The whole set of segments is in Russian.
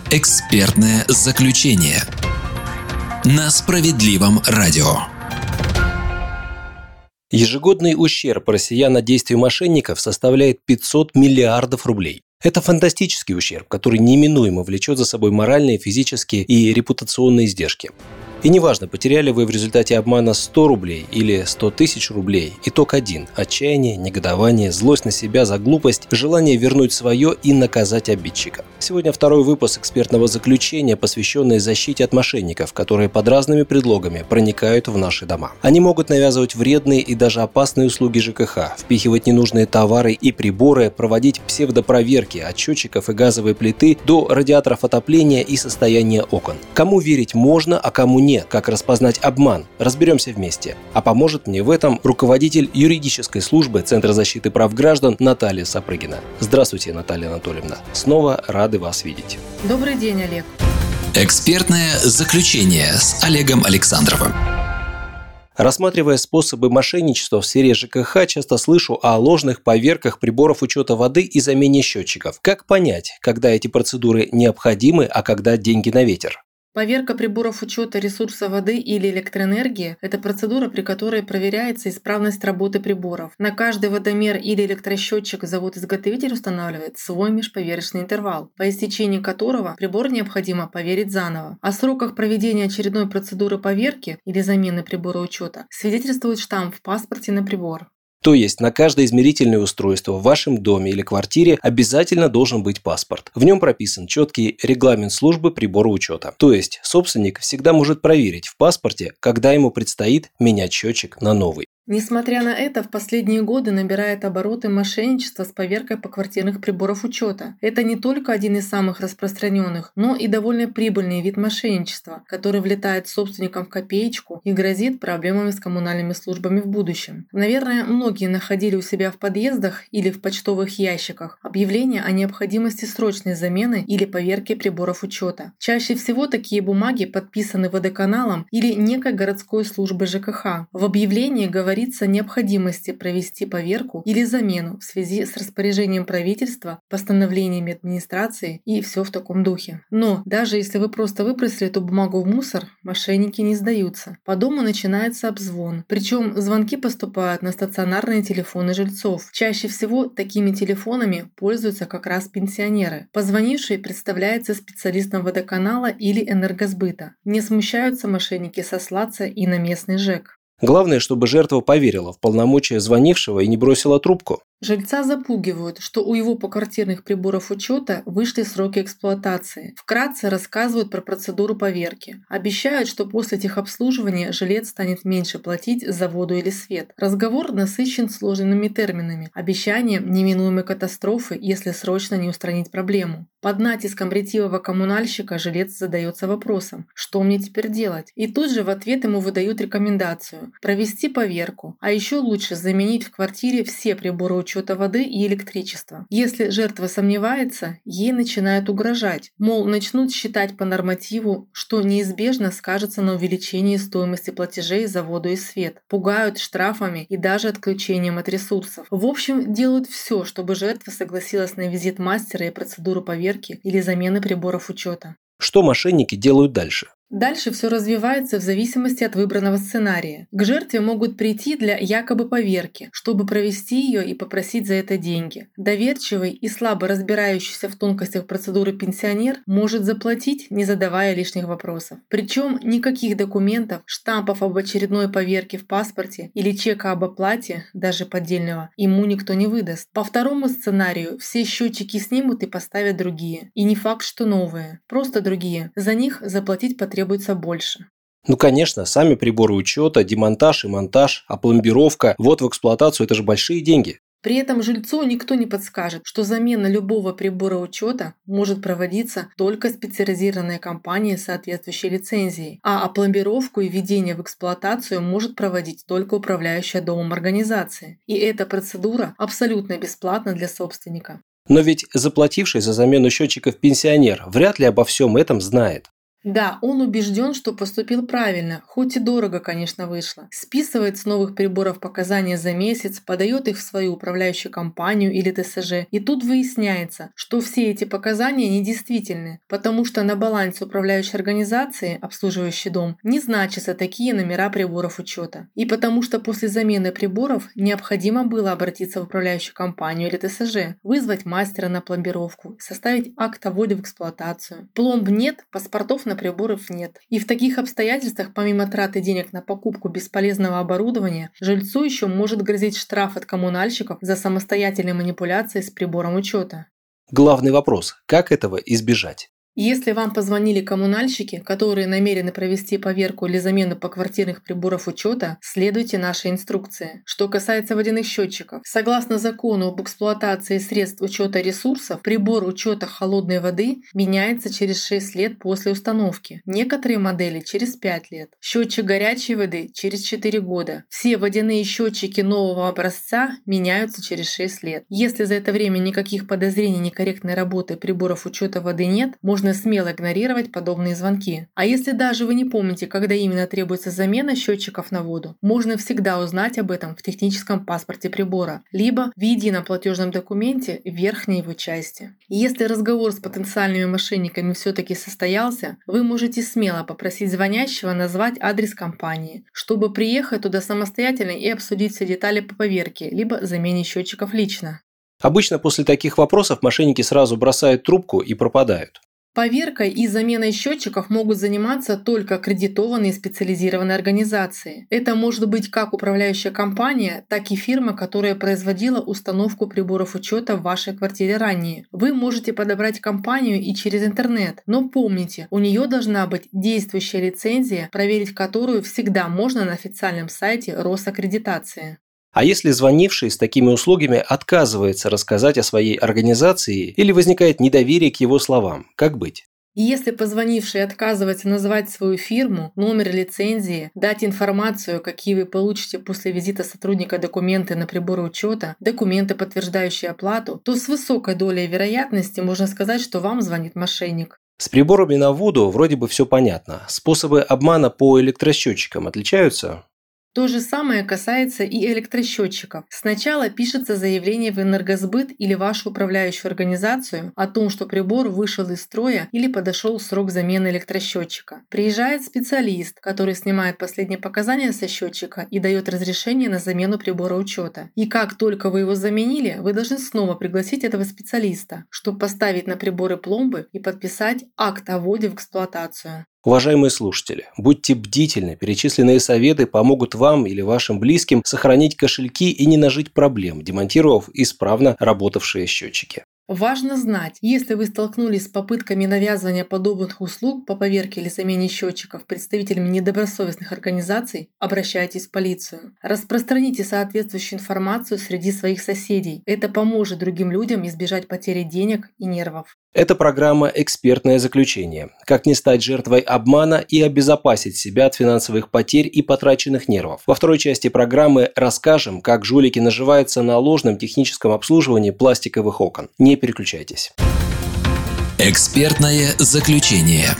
Экспертное заключение на Справедливом радио. Ежегодный ущерб россиян от действий мошенников составляет 500 миллиардов рублей. Это фантастический ущерб, который неминуемо влечет за собой моральные, физические и репутационные издержки. И неважно, потеряли вы в результате обмана 100 рублей или 100 тысяч рублей, итог один – отчаяние, негодование, злость на себя за глупость, желание вернуть свое и наказать обидчика. Сегодня второй выпуск экспертного заключения, посвященный защите от мошенников, которые под разными предлогами проникают в наши дома. Они могут навязывать вредные и даже опасные услуги ЖКХ, впихивать ненужные товары и приборы, проводить псевдопроверки от счетчиков и газовой плиты до радиаторов отопления и состояния окон. Кому верить можно, а кому нет, как распознать обман, разберемся вместе. А поможет мне в этом руководитель юридической службы Центра защиты прав граждан Наталья Сапрыгина. Здравствуйте, Наталья Анатольевна. Снова рады вас видеть. Добрый день, Олег. Экспертное заключение с Олегом Александровым. Рассматривая способы мошенничества в сфере ЖКХ, часто слышу о ложных поверках приборов учета воды и замене счетчиков. Как понять, когда эти процедуры необходимы, а когда деньги на ветер? Поверка приборов учета ресурса воды или электроэнергии – это процедура, при которой проверяется исправность работы приборов. На каждый водомер или электросчетчик завод-изготовитель устанавливает свой межповерочный интервал, по истечении которого прибор необходимо поверить заново. О сроках проведения очередной процедуры поверки или замены прибора учета свидетельствует штамп в паспорте на прибор. То есть на каждое измерительное устройство в вашем доме или квартире обязательно должен быть паспорт. В нем прописан четкий регламент службы прибора учета. То есть собственник всегда может проверить в паспорте, когда ему предстоит менять счетчик на новый. Несмотря на это, в последние годы набирает обороты мошенничество с поверкой поквартирных приборов учета. Это не только один из самых распространенных, но и довольно прибыльный вид мошенничества, который влетает собственникам в копеечку и грозит проблемами с коммунальными службами в будущем. Наверное, многие находили у себя в подъездах или в почтовых ящиках объявления о необходимости срочной замены или поверки приборов учета. Чаще всего такие бумаги подписаны водоканалом или некой городской службой ЖКХ. В объявлении говорится о необходимости провести поверку или замену в связи с распоряжением правительства, постановлениями администрации и все в таком духе. Но даже если вы просто выбросили эту бумагу в мусор, мошенники не сдаются. По дому начинается обзвон. Причем звонки поступают на стационарные телефоны жильцов. Чаще всего такими телефонами пользуются как раз пенсионеры. Позвонивший представляется специалистом водоканала или энергосбыта. Не смущаются мошенники сослаться и на местный ЖЭК. Главное, чтобы жертва поверила в полномочия звонившего и не бросила трубку. Жильца запугивают, что у его поквартирных приборов учета вышли сроки эксплуатации. Вкратце рассказывают про процедуру поверки. Обещают, что после техобслуживания жилец станет меньше платить за воду или свет. Разговор насыщен сложными терминами, обещанием неминуемой катастрофы, если срочно не устранить проблему. Под натиском ретивого коммунальщика жилец задается вопросом: что мне теперь делать? И тут же в ответ ему выдают рекомендацию – провести поверку, а еще лучше заменить в квартире все приборы учета воды и электричества. Если жертва сомневается, ей начинают угрожать. Мол, начнут считать по нормативу, что неизбежно скажется на увеличении стоимости платежей за воду и свет. Пугают штрафами и даже отключением от ресурсов. В общем, делают все, чтобы жертва согласилась на визит мастера и процедуру поверки или замены приборов учета. Что мошенники делают дальше? Дальше все развивается в зависимости от выбранного сценария. К жертве могут прийти для якобы поверки, чтобы провести ее и попросить за это деньги. Доверчивый и слабо разбирающийся в тонкостях процедуры пенсионер может заплатить, не задавая лишних вопросов. Причем никаких документов, штампов об очередной поверке в паспорте или чека об оплате, даже поддельного, ему никто не выдаст. По второму сценарию все счетчики снимут и поставят другие. И не факт, что новые, просто другие. За них заплатить потребуется больше. Ну, конечно, сами приборы учета, демонтаж и монтаж, опломбировка, ввод в эксплуатацию – это же большие деньги. При этом жильцу никто не подскажет, что замена любого прибора учета может проводиться только специализированной компанией с соответствующей лицензией, а опломбировку и введение в эксплуатацию может проводить только управляющая домом организация. И эта процедура абсолютно бесплатна для собственника. Но ведь заплативший за замену счетчиков пенсионер вряд ли обо всем этом знает. Да, он убежден, что поступил правильно, хоть и дорого, конечно, вышло. Списывает с новых приборов показания за месяц, подает их в свою управляющую компанию или ТСЖ. И тут выясняется, что все эти показания недействительны, потому что на балансе управляющей организации, обслуживающей дом, не значатся такие номера приборов учета. И потому что после замены приборов необходимо было обратиться в управляющую компанию или ТСЖ, вызвать мастера на пломбировку, составить акт о вводе в эксплуатацию. Пломб нет, паспортов на приборов нет. И в таких обстоятельствах, помимо траты денег на покупку бесполезного оборудования, жильцу еще может грозить штраф от коммунальщиков за самостоятельные манипуляции с прибором учета. Главный вопрос – как этого избежать? Если вам позвонили коммунальщики, которые намерены провести поверку или замену поквартирных приборов учета, следуйте нашей инструкции. Что касается водяных счетчиков, согласно закону об эксплуатации средств учета ресурсов, прибор учета холодной воды меняется через 6 лет после установки. Некоторые модели через 5 лет. Счетчик горячей воды через 4 года. Все водяные счетчики нового образца меняются через 6 лет. Если за это время никаких подозрений некорректной работы приборов учета воды нет, можно смело игнорировать подобные звонки. А если даже вы не помните, когда именно требуется замена счетчиков на воду, можно всегда узнать об этом в техническом паспорте прибора, либо в едином платежном документе в верхней его части. И если разговор с потенциальными мошенниками все-таки состоялся, вы можете смело попросить звонящего назвать адрес компании, чтобы приехать туда самостоятельно и обсудить все детали по поверке, либо замене счетчиков лично. Обычно после таких вопросов мошенники сразу бросают трубку и пропадают. Поверкой и заменой счетчиков могут заниматься только аккредитованные специализированные организации. Это может быть как управляющая компания, так и фирма, которая производила установку приборов учета в вашей квартире ранее. Вы можете подобрать компанию и через интернет, но помните, у нее должна быть действующая лицензия, проверить которую всегда можно на официальном сайте Росаккредитации. А если звонивший с такими услугами отказывается рассказать о своей организации или возникает недоверие к его словам, как быть? И если позвонивший отказывается назвать свою фирму, номер лицензии, дать информацию, какие вы получите после визита сотрудника документы на приборы учета, документы, подтверждающие оплату, то с высокой долей вероятности можно сказать, что вам звонит мошенник. С приборами на воду вроде бы все понятно. Способы обмана по электросчетчикам отличаются? То же самое касается и электросчетчиков. Сначала пишется заявление в энергосбыт или вашу управляющую организацию о том, что прибор вышел из строя или подошел срок замены электросчетчика. Приезжает специалист, который снимает последние показания со счетчика и дает разрешение на замену прибора учета. И как только вы его заменили, вы должны снова пригласить этого специалиста, чтобы поставить на приборы пломбы и подписать акт о вводе в эксплуатацию. Уважаемые слушатели, будьте бдительны, перечисленные советы помогут вам или вашим близким сохранить кошельки и не нажить проблем, демонтировав исправно работавшие счетчики. Важно знать, если вы столкнулись с попытками навязывания подобных услуг по поверке или замене счетчиков представителями недобросовестных организаций, обращайтесь в полицию. Распространите соответствующую информацию среди своих соседей. Это поможет другим людям избежать потери денег и нервов. Это программа «Экспертное заключение». Как не стать жертвой обмана и обезопасить себя от финансовых потерь и потраченных нервов. Во второй части программы расскажем, как жулики наживаются на ложном техническом обслуживании пластиковых окон. Не переключайтесь. Экспертное заключение.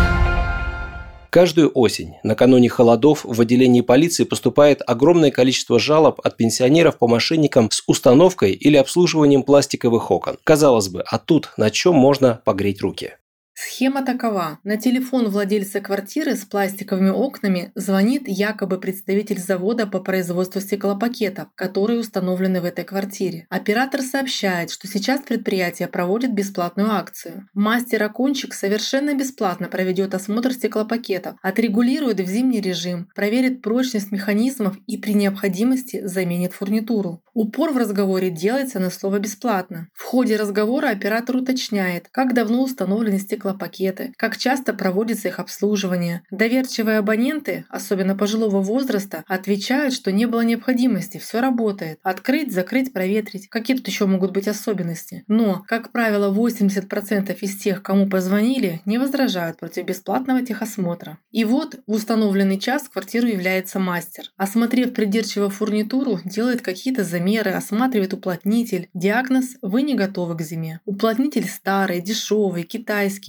Каждую осень, накануне холодов, в отделении полиции поступает огромное количество жалоб от пенсионеров по мошенникам с установкой или обслуживанием пластиковых окон. Казалось бы, а тут на чем можно погреть руки? Схема такова. На телефон владельца квартиры с пластиковыми окнами звонит якобы представитель завода по производству стеклопакетов, которые установлены в этой квартире. Оператор сообщает, что сейчас предприятие проводит бесплатную акцию. Мастер-окончик совершенно бесплатно проведет осмотр стеклопакетов, отрегулирует в зимний режим, проверит прочность механизмов и при необходимости заменит фурнитуру. Упор в разговоре делается на слово «бесплатно». В ходе разговора оператор уточняет, как давно установлены стеклопакеты, как часто проводится их обслуживание. Доверчивые абоненты, особенно пожилого возраста, отвечают, что не было необходимости, все работает. Открыть, закрыть, проветрить. Какие тут еще могут быть особенности? Но, как правило, 80% из тех, кому позвонили, не возражают против бесплатного техосмотра. И вот в установленный час в квартиру является мастер. Осмотрев придирчиво фурнитуру, делает какие-то замеры, осматривает уплотнитель. Диагноз – вы не готовы к зиме. Уплотнитель старый, дешевый, китайский.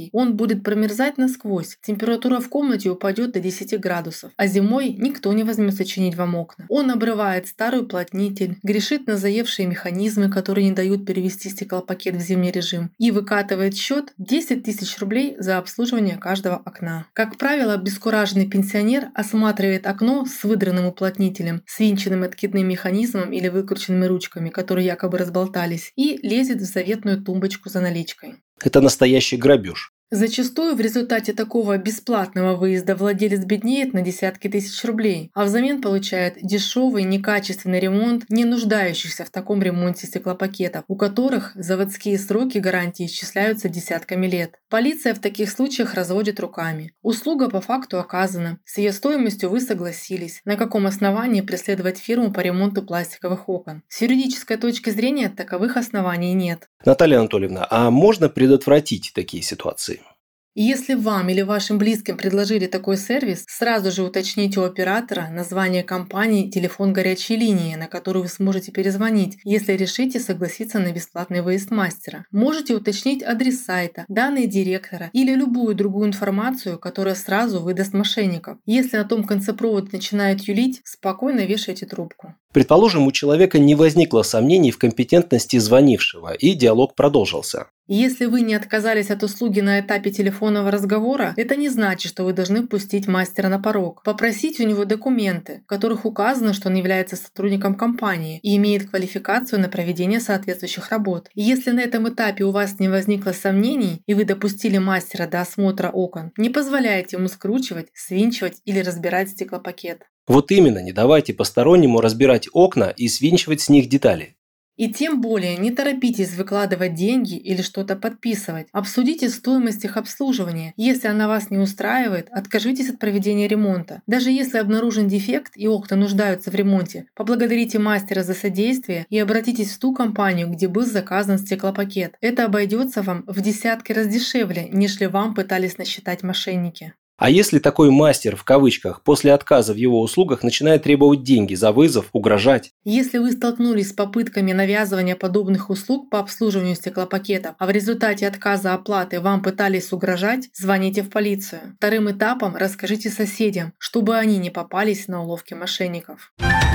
он будет промерзать насквозь. Температура в комнате упадет до 10 градусов. А зимой никто не возьмется чинить вам окна. Он обрывает старый уплотнитель, грешит на заевшие механизмы, которые не дают перевести стеклопакет в зимний режим, и выкатывает счет 10 тысяч рублей за обслуживание каждого окна. Как правило, обескураженный пенсионер осматривает окно с выдранным уплотнителем, свинченным откидным механизмом или выкрученными ручками, которые якобы разболтались, и лезет в заветную тумбочку за наличкой. Это настоящий грабеж. Зачастую в результате такого бесплатного выезда владелец беднеет на десятки тысяч рублей, а взамен получает дешевый, некачественный ремонт, не нуждающихся в таком ремонте стеклопакетов, у которых заводские сроки гарантии исчисляются десятками лет. Полиция в таких случаях разводит руками. Услуга по факту оказана, с ее стоимостью вы согласились. На каком основании преследовать фирму по ремонту пластиковых окон? С юридической точки зрения таковых оснований нет. Наталья Анатольевна, а можно предотвратить такие ситуации? И если вам или вашим близким предложили такой сервис, сразу же уточните у оператора название компании, телефон горячей линии, на которую вы сможете перезвонить, если решите согласиться на бесплатный выезд мастера. Можете уточнить адрес сайта, данные директора или любую другую информацию, которая сразу выдаст мошенников. Если на том конце провод начинает юлить, спокойно вешайте трубку. Предположим, у человека не возникло сомнений в компетентности звонившего, и диалог продолжился. Если вы не отказались от услуги на этапе телефонного разговора, это не значит, что вы должны пустить мастера на порог. Попросить у него документы, в которых указано, что он является сотрудником компании и имеет квалификацию на проведение соответствующих работ. И если на этом этапе у вас не возникло сомнений и вы допустили мастера до осмотра окон, не позволяйте ему скручивать, свинчивать или разбирать стеклопакет. Вот именно, не давайте постороннему разбирать окна и свинчивать с них детали. И тем более не торопитесь выкладывать деньги или что-то подписывать. Обсудите стоимость их обслуживания. Если она вас не устраивает, откажитесь от проведения ремонта. Даже если обнаружен дефект и окна нуждаются в ремонте, поблагодарите мастера за содействие и обратитесь в ту компанию, где был заказан стеклопакет. Это обойдется вам в десятки раз дешевле, нежели вам пытались насчитать мошенники. А если такой «мастер» в кавычках после отказа в его услугах начинает требовать деньги за вызов, угрожать? Если вы столкнулись с попытками навязывания подобных услуг по обслуживанию стеклопакетов, а в результате отказа оплаты вам пытались угрожать, звоните в полицию. Вторым этапом расскажите соседям, чтобы они не попались на уловки мошенников.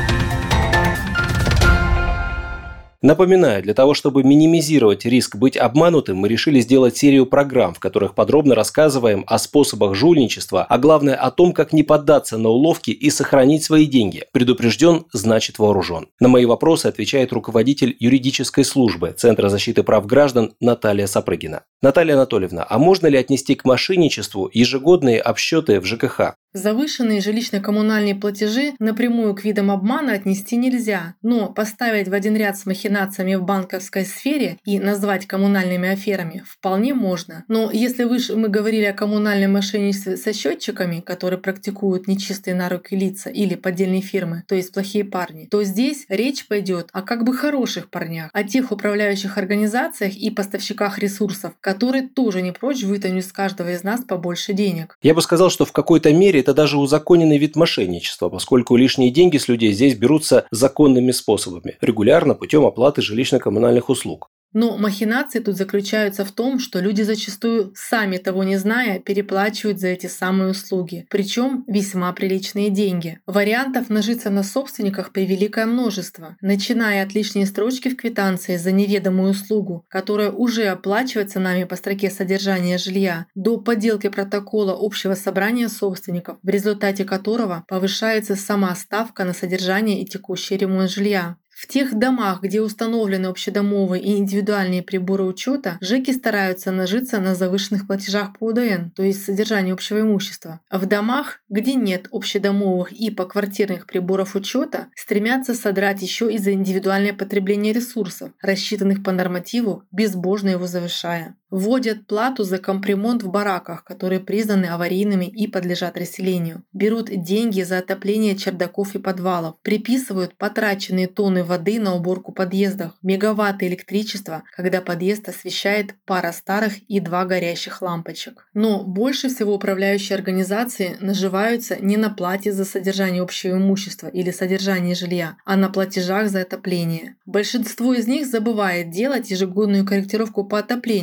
Напоминаю, для того, чтобы минимизировать риск быть обманутым, мы решили сделать серию программ, в которых подробно рассказываем о способах жульничества, а главное о том, как не поддаться на уловки и сохранить свои деньги. Предупрежден, значит вооружен. На мои вопросы отвечает руководитель юридической службы Центра защиты прав граждан Наталья Сапрыгина. Наталья Анатольевна, а можно ли отнести к мошенничеству ежегодные обсчеты в ЖКХ? Завышенные жилищно-коммунальные платежи напрямую к видам обмана отнести нельзя, но поставить в один ряд с махинациями в банковской сфере и назвать коммунальными аферами вполне можно. Но если мы говорили о коммунальном мошенничестве со счетчиками, которые практикуют нечистые на руки лица или поддельные фирмы, то есть плохие парни, то здесь речь пойдет о как бы хороших парнях, о тех управляющих организациях и поставщиках ресурсов, которые тоже не прочь вытянуть с каждого из нас побольше денег. Я бы сказал, что в какой-то мере это даже узаконенный вид мошенничества, поскольку лишние деньги с людей здесь берутся законными способами, регулярно путем оплаты жилищно-коммунальных услуг. Но махинации тут заключаются в том, что люди зачастую, сами того не зная, переплачивают за эти самые услуги, причем весьма приличные деньги. Вариантов нажиться на собственниках превеликое множество, начиная от лишней строчки в квитанции за неведомую услугу, которая уже оплачивается нами по строке содержания жилья, до подделки протокола общего собрания собственников, в результате которого повышается сама ставка на содержание и текущий ремонт жилья. В тех домах, где установлены общедомовые и индивидуальные приборы учета, ЖЭКи стараются нажиться на завышенных платежах по УДН, то есть содержанию общего имущества. В домах, где нет общедомовых и поквартирных приборов учета, стремятся содрать еще и за индивидуальное потребление ресурсов, рассчитанных по нормативу, безбожно его завышая. Вводят плату за капремонт в бараках, которые признаны аварийными и подлежат расселению. Берут деньги за отопление чердаков и подвалов. Приписывают потраченные тонны воды на уборку подъездов, мегаватты электричества, когда подъезд освещает пара старых и 2 горящих лампочек. Но больше всего управляющие организации наживаются не на плате за содержание общего имущества или содержание жилья, а на платежах за отопление. Большинство из них забывает делать ежегодную корректировку по отоплению, после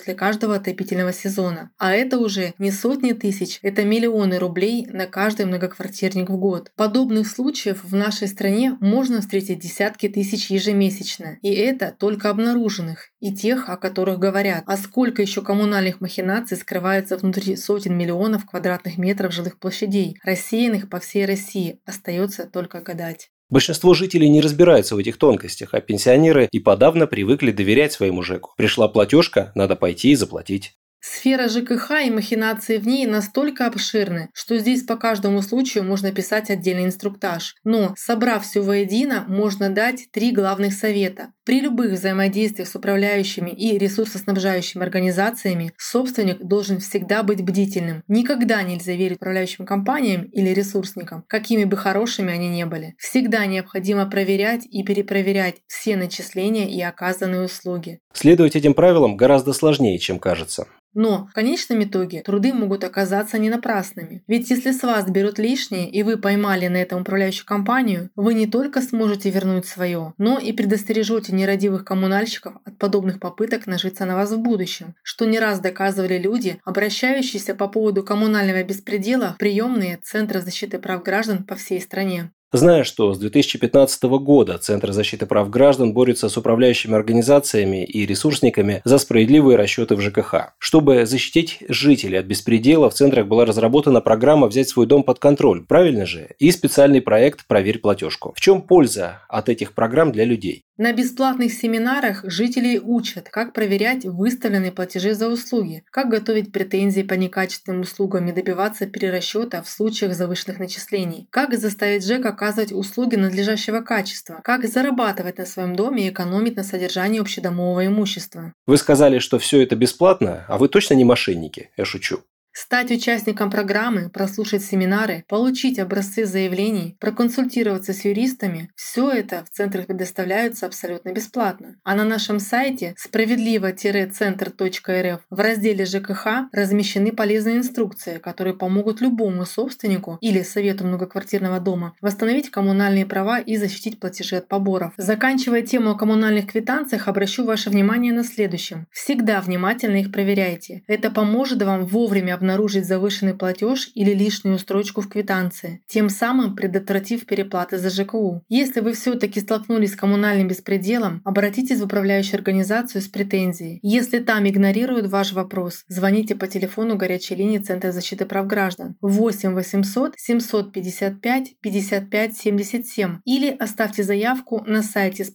после каждого отопительного сезона. А это уже не сотни тысяч, это миллионы рублей на каждый многоквартирник в год. Подобных случаев в нашей стране можно встретить десятки тысяч ежемесячно. И это только обнаруженных и тех, о которых говорят. А сколько еще коммунальных махинаций скрывается внутри сотен миллионов квадратных метров жилых площадей, рассеянных по всей России, остается только гадать. Большинство жителей не разбираются в этих тонкостях, а пенсионеры и подавно привыкли доверять своему ЖЭКу. Пришла платежка, надо пойти и заплатить. Сфера ЖКХ и махинации в ней настолько обширны, что здесь по каждому случаю можно писать отдельный инструктаж. Но, собрав все воедино, можно дать 3 главных совета. При любых взаимодействиях с управляющими и ресурсоснабжающими организациями собственник должен всегда быть бдительным. Никогда нельзя верить управляющим компаниям или ресурсникам, какими бы хорошими они ни были. Всегда необходимо проверять и перепроверять все начисления и оказанные услуги. Следовать этим правилам гораздо сложнее, чем кажется. Но в конечном итоге труды могут оказаться не напрасными. Ведь если с вас берут лишнее и вы поймали на этом управляющую компанию, вы не только сможете вернуть свое, но и предостережете нерадивых коммунальщиков от подобных попыток нажиться на вас в будущем, что не раз доказывали люди, обращающиеся по поводу коммунального беспредела в приемные Центры защиты прав граждан по всей стране. Зная, что с 2015 года Центр защиты прав граждан борется с управляющими организациями и ресурсниками за справедливые расчеты в ЖКХ. Чтобы защитить жителей от беспредела, в центрах была разработана программа «Взять свой дом под контроль», правильно же? И специальный проект «Проверь платежку». В чем польза от этих программ для людей? На бесплатных семинарах жителей учат, как проверять выставленные платежи за услуги, как готовить претензии по некачественным услугам и добиваться перерасчета в случаях завышенных начислений, как заставить ЖЭК оказывать услуги надлежащего качества, как зарабатывать на своем доме и экономить на содержании общедомового имущества. Вы сказали, что все это бесплатно, а вы точно не мошенники? Я шучу. Стать участником программы, прослушать семинары, получить образцы заявлений, проконсультироваться с юристами – все это в центрах предоставляется абсолютно бесплатно. А на нашем сайте справедливо-центр.рф в разделе ЖКХ размещены полезные инструкции, которые помогут любому собственнику или совету многоквартирного дома восстановить коммунальные права и защитить платежи от поборов. Заканчивая тему о коммунальных квитанциях, обращу ваше внимание на следующем. Всегда внимательно их проверяйте. Это поможет вам вовремя обнаружить завышенный платеж или лишнюю строчку в квитанции, тем самым предотвратив переплаты за ЖКУ. Если вы все-таки столкнулись с коммунальным беспределом, обратитесь в управляющую организацию с претензией. Если там игнорируют ваш вопрос, звоните по телефону горячей линии Центра защиты прав граждан 8 800 755 55 77 или оставьте заявку на сайте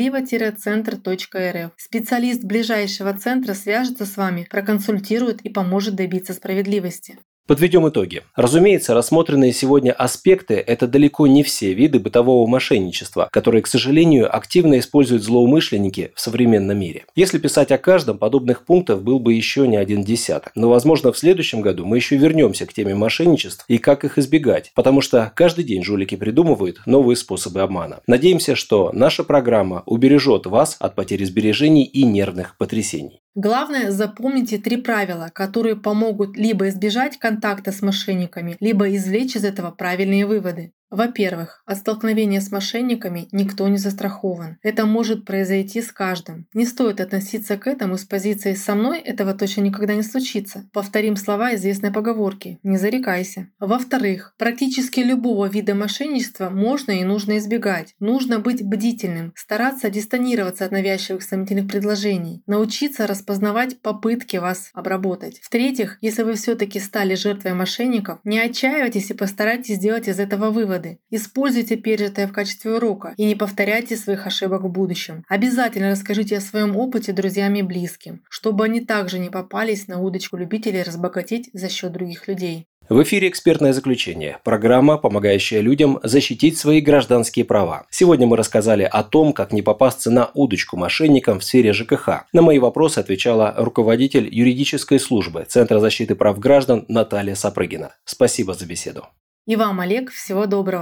справедливо-центр.рф. Специалист ближайшего центра свяжется с вами, проконсультирует и поможет добиться справедливости. Подведем итоги. Разумеется, рассмотренные сегодня аспекты – это далеко не все виды бытового мошенничества, которые, к сожалению, активно используют злоумышленники в современном мире. Если писать о каждом, подобных пунктов был бы еще не один десяток. Но, возможно, в следующем году мы еще вернемся к теме мошенничеств и как их избегать, потому что каждый день жулики придумывают новые способы обмана. Надеемся, что наша программа убережет вас от потери сбережений и нервных потрясений. Главное, запомните 3 правила, которые помогут либо избежать контакта с мошенниками, либо извлечь из этого правильные выводы. Во-первых, от столкновения с мошенниками никто не застрахован. Это может произойти с каждым. Не стоит относиться к этому с позиции «со мной этого точно никогда не случится». Повторим слова известной поговорки «не зарекайся». Во-вторых, практически любого вида мошенничества можно и нужно избегать. Нужно быть бдительным, стараться дистанироваться от навязчивых сомнительных предложений, научиться распознавать попытки вас обработать. В-третьих, если вы все-таки стали жертвой мошенников, не отчаивайтесь и постарайтесь сделать из этого выводы. Используйте пережитое в качестве урока и не повторяйте своих ошибок в будущем. Обязательно расскажите о своем опыте друзьям и близким, чтобы они также не попались на удочку любителей разбогатеть за счет других людей. В эфире «Экспертное заключение» – программа, помогающая людям защитить свои гражданские права. Сегодня мы рассказали о том, как не попасться на удочку мошенникам в сфере ЖКХ. На мои вопросы отвечала руководитель юридической службы Центра защиты прав граждан Наталья Сапрыгина. Спасибо за беседу. И вам, Олег, всего доброго.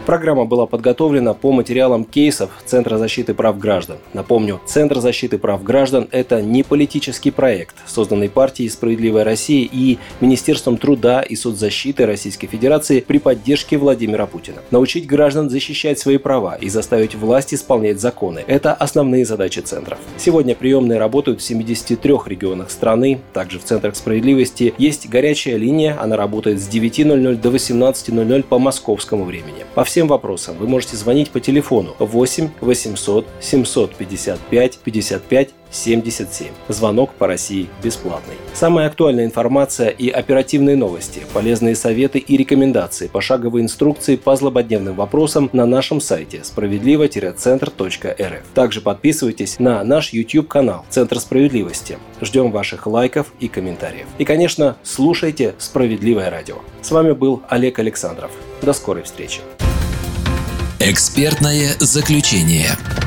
Программа была подготовлена по материалам кейсов Центра защиты прав граждан. Напомню, Центр защиты прав граждан – это не политический проект, созданный партией «Справедливая Россия» и Министерством труда и соцзащиты Российской Федерации при поддержке Владимира Путина. Научить граждан защищать свои права и заставить власть исполнять законы – это основные задачи центров. Сегодня приемные работают в 73 регионах страны. Также в Центрах справедливости есть горячая линия, она работает с 9:00 до 18:00 по московскому времени. По всем вопросам вы можете звонить по телефону 8 800 755 55 77. Звонок по России бесплатный. Самая актуальная информация и оперативные новости, полезные советы и рекомендации, пошаговые инструкции по злободневным вопросам на нашем сайте справедливо-центр.рф. Также подписывайтесь на наш YouTube-канал «Центр справедливости». Ждем ваших лайков и комментариев. И, конечно, слушайте «Справедливое радио». С вами был Олег Александров. До скорой встречи. Экспертное заключение.